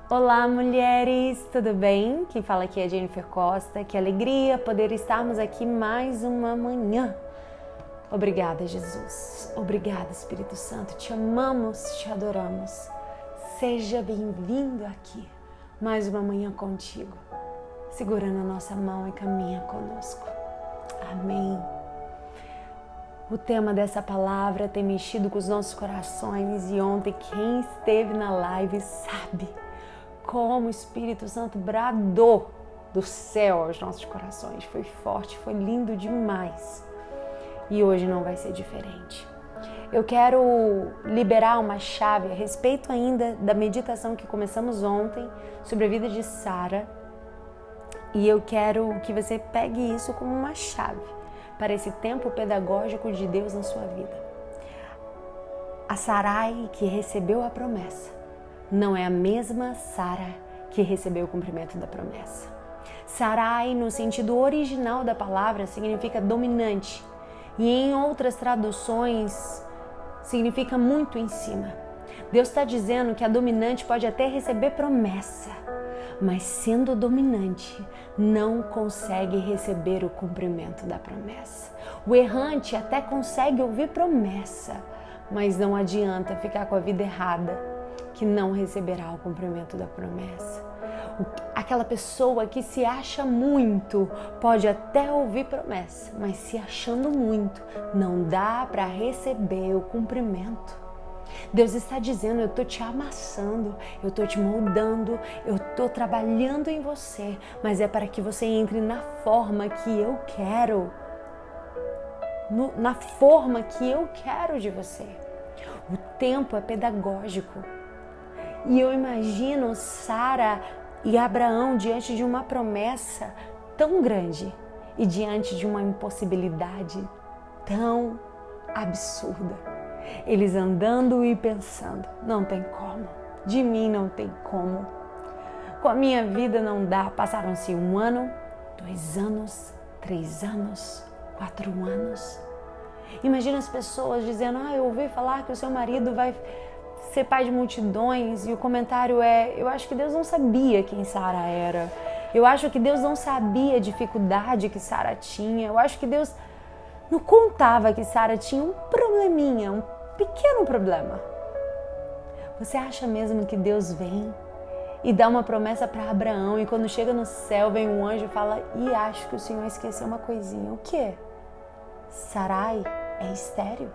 Olá, mulheres, tudo bem? Quem fala aqui é Jennifer Costa. Que alegria poder estarmos aqui mais uma manhã. Obrigada, Jesus. Obrigada, Espírito Santo. Te amamos, te adoramos. Seja bem-vindo aqui. Mais uma manhã contigo, segurando a nossa mão e caminha conosco. Amém. O tema dessa palavra tem mexido com os nossos corações e ontem quem esteve na live sabe como o Espírito Santo bradou do céu aos nossos corações. Foi forte, foi lindo demais. E hoje não vai ser diferente. Eu quero liberar uma chave a respeito ainda da meditação que começamos ontem sobre a vida de Sara. E eu quero que você pegue isso como uma chave para esse tempo pedagógico de Deus na sua vida. A Sarai que recebeu a promessa não é a mesma Sara que recebeu o cumprimento da promessa. Sarai, no sentido original da palavra, significa dominante. E em outras traduções, significa muito em cima. Deus está dizendo que a dominante pode até receber promessa, mas sendo dominante, não consegue receber o cumprimento da promessa. O errante até consegue ouvir promessa, mas não adianta ficar com a vida errada, que não receberá o cumprimento da promessa. Aquela pessoa que se acha muito pode até ouvir promessa, mas se achando muito, não dá para receber o cumprimento. Deus está dizendo, eu estou te amassando, eu estou te moldando, eu estou trabalhando em você, mas é para que você entre na forma que eu quero, na forma que eu quero de você. O tempo é pedagógico. E eu imagino Sara e Abraão diante de uma promessa tão grande e diante de uma impossibilidade tão absurda. Eles andando e pensando, não tem como, de mim não tem como, com a minha vida não dá. Passaram-se 1 ano, 2 anos, 3 anos, 4 anos. Imagina as pessoas dizendo, eu ouvi falar que o seu marido vai ser pai de multidões, e o comentário é, eu acho que Deus não sabia quem Sara era, eu acho que Deus não sabia a dificuldade que Sara tinha, eu acho que Deus não contava que Sara tinha um probleminha, um pequeno problema. Você acha mesmo que Deus vem e dá uma promessa para Abraão, e quando chega no céu vem um anjo e fala, e acho que o Senhor esqueceu uma coisinha, o quê? Sarai é estéril?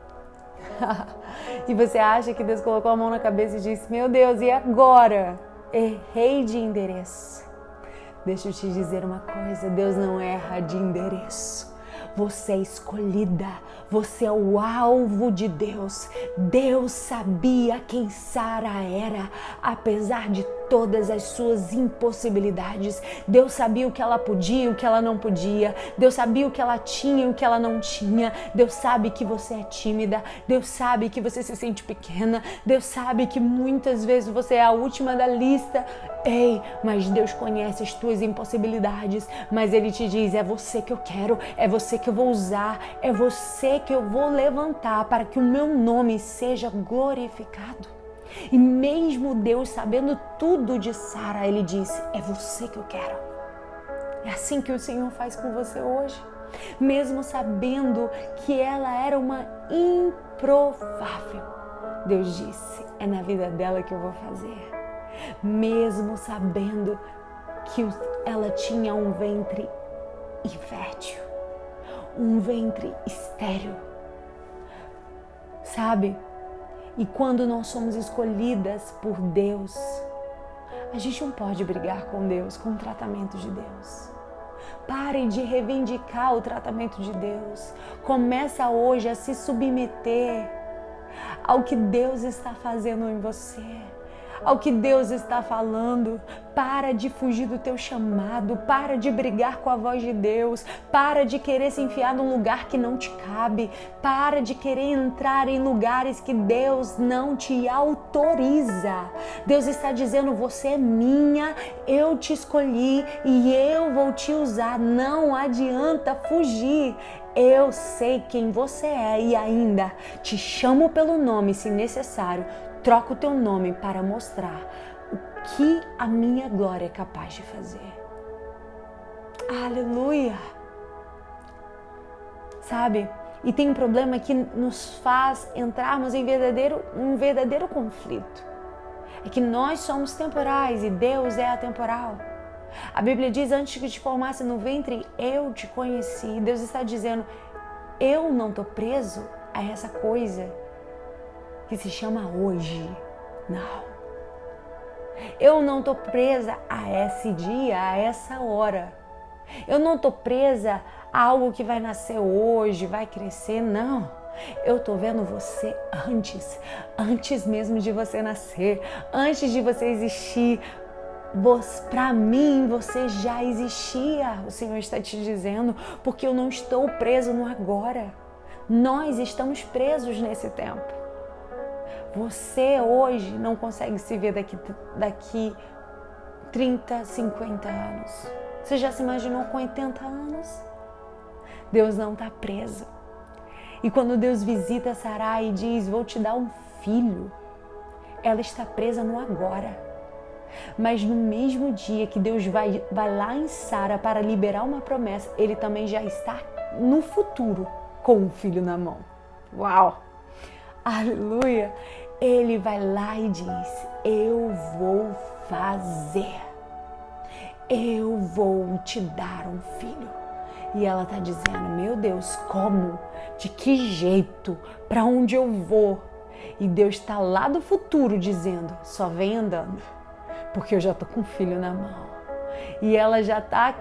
E você acha que Deus colocou a mão na cabeça e disse, meu Deus, e agora? Errei de endereço. Deixa eu te dizer uma coisa, Deus não erra de endereço. Você é escolhida, você é o alvo de Deus. Deus sabia quem Sara era, apesar de todas as suas impossibilidades. Deus sabia o que ela podia e o que ela não podia. Deus sabia o que ela tinha e o que ela não tinha. Deus sabe que você é tímida. Deus sabe que você se sente pequena. Deus sabe que muitas vezes você é a última da lista. Ei, mas Deus conhece as tuas impossibilidades. Mas Ele te diz, é você que eu quero, é você que eu vou usar, é você que eu vou levantar para que o meu nome seja glorificado. E mesmo Deus sabendo tudo de Sara, Ele disse, é você que eu quero. É assim que o Senhor faz com você hoje. Mesmo sabendo que ela era uma improvável, Deus disse, é na vida dela que eu vou fazer. Mesmo sabendo que ela tinha um ventre infértil, um ventre estéril, sabe? E quando nós somos escolhidas por Deus, a gente não pode brigar com Deus, com o tratamento de Deus. Pare de reivindicar o tratamento de Deus. Começa hoje a se submeter ao que Deus está fazendo em você, ao que Deus está falando. Para de fugir do teu chamado, para de brigar com a voz de Deus, para de querer se enfiar num lugar que não te cabe, para de querer entrar em lugares que Deus não te autoriza. Deus está dizendo, você é minha, eu te escolhi e eu vou te usar, não adianta fugir. Eu sei quem você é e ainda te chamo pelo nome se necessário. Troca o teu nome para mostrar o que a minha glória é capaz de fazer. Aleluia! Sabe? E tem um problema que nos faz entrarmos em um verdadeiro conflito. É que nós somos temporais e Deus é atemporal. A Bíblia diz, antes que te formasse no ventre, eu te conheci. Deus está dizendo, eu não estou preso a essa coisa que se chama hoje. Não. Eu não estou presa a esse dia, a essa hora. Eu não estou presa a algo que vai nascer hoje, vai crescer, não. Eu estou vendo você antes mesmo de você nascer, antes de você existir. Para mim, você já existia, o Senhor está te dizendo, porque eu não estou preso no agora. Nós estamos presos nesse tempo. Você hoje não consegue se ver daqui 30, 50 anos. Você já se imaginou com 80 anos? Deus não está preso. E quando Deus visita Sarai e diz, vou te dar um filho, ela está presa no agora. Mas no mesmo dia que Deus vai lá em Sara para liberar uma promessa, Ele também já está no futuro com um filho na mão. Uau! Aleluia! Ele vai lá e diz, eu vou fazer. Eu vou te dar um filho. E ela está dizendo, meu Deus, como? De que jeito? Para onde eu vou? E Deus está lá do futuro dizendo, só vem andando, porque eu já estou com o filho na mão. E ela já está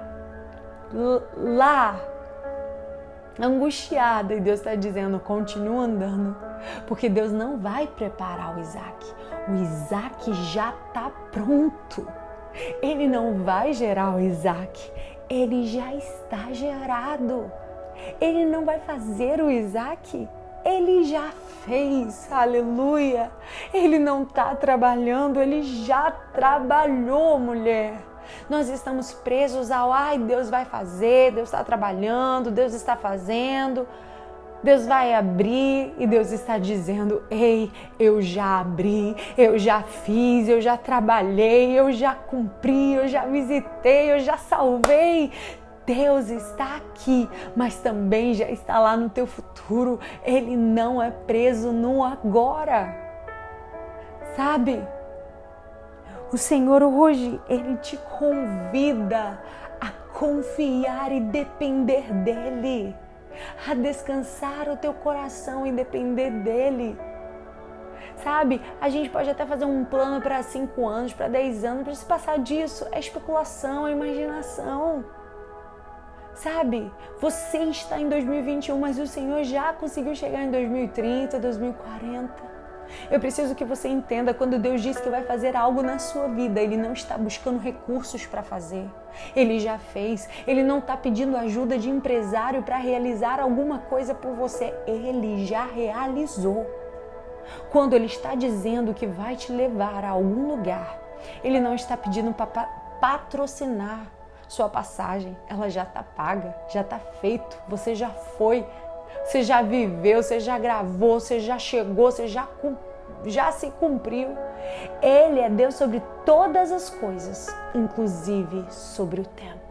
lá, angustiada, e Deus está dizendo, continua andando, porque Deus não vai preparar o Isaac. O Isaac já está pronto. Ele não vai gerar o Isaac, ele já está gerado. Ele não vai fazer o Isaac, ele já fez, aleluia. Ele não está trabalhando, ele já trabalhou, mulher. Nós estamos presos ao, Deus vai fazer, Deus está trabalhando, Deus está fazendo, Deus vai abrir, e Deus está dizendo, ei, eu já abri, eu já fiz, eu já trabalhei, eu já cumpri, eu já visitei, eu já salvei. Deus está aqui, mas também já está lá no teu futuro. Ele não é preso no agora, sabe? O Senhor hoje, Ele te convida a confiar e depender dEle, a descansar o teu coração e depender dEle. Sabe, a gente pode até fazer um plano para 5 anos, para 10 anos, para se passar disso. É especulação, é imaginação. Sabe, você está em 2021, mas o Senhor já conseguiu chegar em 2030, 2040. Eu preciso que você entenda, quando Deus diz que vai fazer algo na sua vida, Ele não está buscando recursos para fazer. Ele já fez. Ele não está pedindo ajuda de empresário para realizar alguma coisa por você. Ele já realizou. Quando Ele está dizendo que vai te levar a algum lugar, Ele não está pedindo para patrocinar sua passagem. Ela já está paga, já está feito. Você já foi. Você já viveu, você já gravou, você já chegou, você já se cumpriu. Ele é Deus sobre todas as coisas, inclusive sobre o tempo.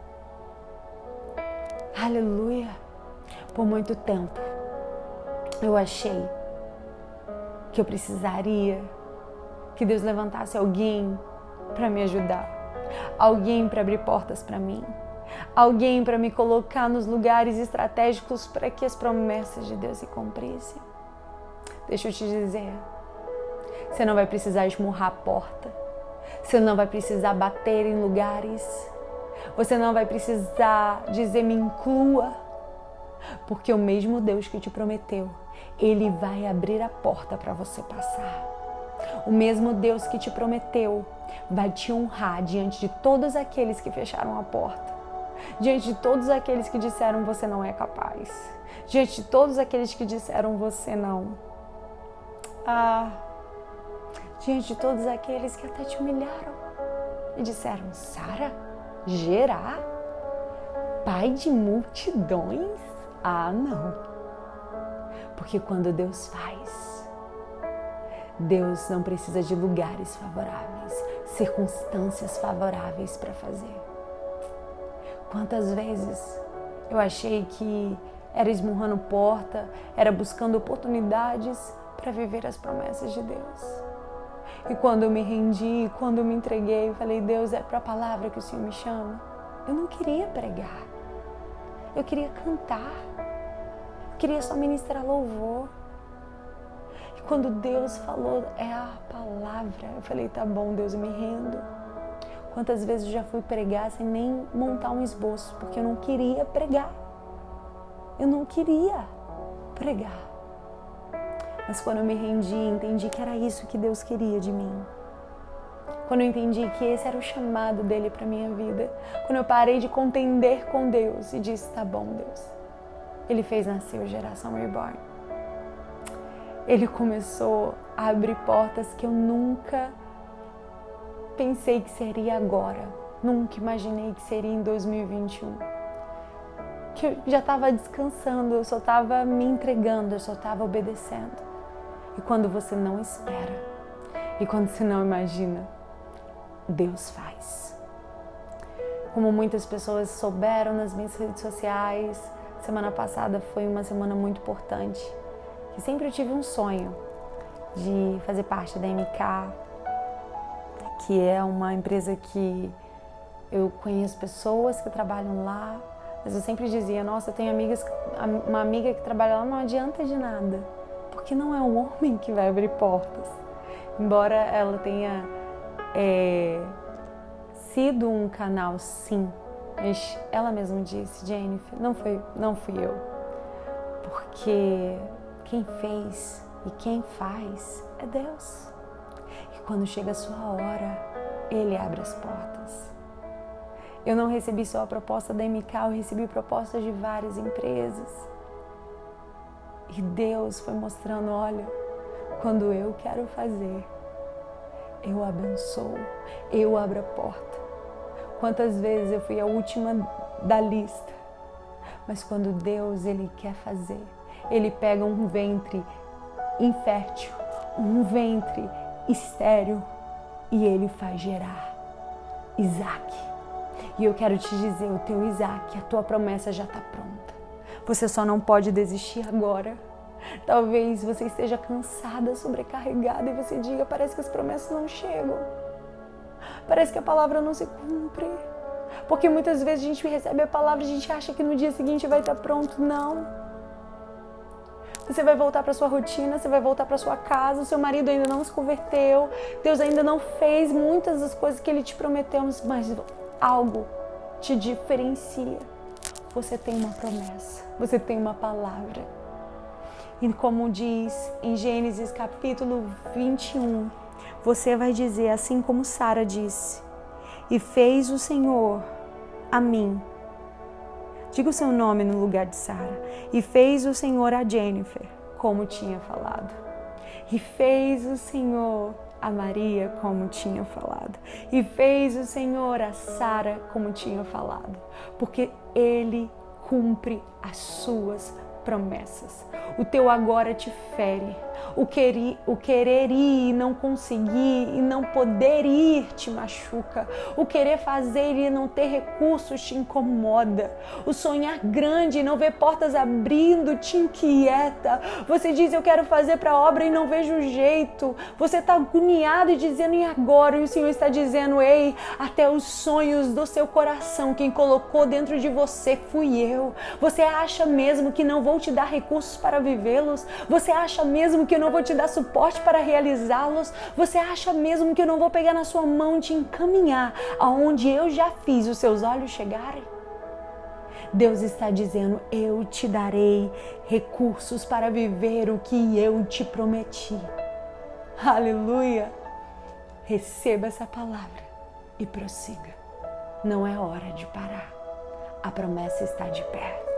Aleluia! Por muito tempo eu achei que eu precisaria que Deus levantasse alguém para me ajudar, alguém para abrir portas para mim, alguém para me colocar nos lugares estratégicos para que as promessas de Deus se cumprissem. Deixa eu te dizer, você não vai precisar esmurrar a porta, você não vai precisar bater em lugares, você não vai precisar dizer me inclua, porque o mesmo Deus que te prometeu, Ele vai abrir a porta para você passar. O mesmo Deus que te prometeu vai te honrar diante de todos aqueles que fecharam a porta, diante de todos aqueles que disseram você não é capaz, diante de todos aqueles que disseram você não. Diante de todos aqueles que até te humilharam e disseram, Sara, Gerá, pai de multidões? Não. Porque quando Deus faz, Deus não precisa de lugares favoráveis. circunstâncias favoráveis para fazer. Quantas vezes eu achei que era esmurrando porta, era buscando oportunidades para viver as promessas de Deus. E quando eu me rendi, quando eu me entreguei, eu falei, Deus, é para a palavra que o Senhor me chama. Eu não queria pregar, eu queria cantar, eu queria só ministrar louvor. E quando Deus falou, é a palavra, eu falei, tá bom, Deus, eu me rendo. Quantas vezes eu já fui pregar sem nem montar um esboço, porque eu não queria pregar. Eu não queria pregar. Mas quando eu me rendi, entendi que era isso que Deus queria de mim. Quando eu entendi que esse era o chamado dele para minha vida. Quando eu parei de contender com Deus e disse, tá bom, Deus. Ele fez nascer o Geração Reborn. Ele começou a abrir portas que eu nunca pensei que seria agora. Nunca imaginei que seria em 2021. Que eu já estava descansando, eu só estava me entregando, eu só estava obedecendo. E quando você não espera, e quando você não imagina, Deus faz. Como muitas pessoas souberam nas minhas redes sociais, semana passada foi uma semana muito importante. Que sempre eu tive um sonho de fazer parte da MK, que é uma empresa que eu conheço pessoas que trabalham lá, mas eu sempre dizia, nossa, eu tenho uma amiga que trabalha lá, não adianta de nada, porque não é um homem que vai abrir portas. Embora ela tenha sido um canal, sim, mas ela mesma disse, Jennifer, não fui eu, porque quem fez e quem faz é Deus. E quando chega a sua hora, Ele abre as portas. Eu não recebi só a proposta da MK, eu recebi propostas de várias empresas. E Deus foi mostrando, olha, quando eu quero fazer, eu abençoo, eu abro a porta. Quantas vezes eu fui a última da lista, mas quando Deus, Ele quer fazer, Ele pega um ventre infértil, um ventre estéril, e Ele faz gerar Isaac. E eu quero te dizer, o teu Isaac, a tua promessa já está pronta. Você só não pode desistir agora. Talvez você esteja cansada, sobrecarregada e você diga, parece que as promessas não chegam. Parece que a palavra não se cumpre. Porque muitas vezes a gente recebe a palavra e a gente acha que no dia seguinte vai estar pronto. Não. Você vai voltar para sua rotina, você vai voltar para sua casa, o seu marido ainda não se converteu, Deus ainda não fez muitas das coisas que Ele te prometeu, mas algo te diferencia. Você tem uma promessa, você tem uma palavra. E como diz em Gênesis capítulo 21, você vai dizer assim como Sara disse, e fez o Senhor a mim. Diga o seu nome no lugar de Sara. E fez o Senhor a Jennifer, como tinha falado. E fez o Senhor a Maria, como tinha falado. E fez o Senhor a Sara, como tinha falado. Porque Ele cumpre as suas promessas. O teu agora te fere. O querer ir e não conseguir e não poder ir te machuca. O querer fazer e não ter recursos te incomoda. O sonhar grande e não ver portas abrindo te inquieta. Você diz, eu quero fazer para a obra e não vejo jeito. Você está agoniado e dizendo, e agora? E o Senhor está dizendo, ei, até os sonhos do seu coração, quem colocou dentro de você fui eu. Você acha mesmo que não vou te dar recursos para vivê-los? Você acha mesmo que eu não vou te dar suporte para realizá-los? Você acha mesmo que eu não vou pegar na sua mão e te encaminhar aonde eu já fiz os seus olhos chegarem? Deus está dizendo, eu te darei recursos para viver o que eu te prometi. Aleluia! Receba essa palavra e prossiga. Não é hora de parar. A promessa está de perto.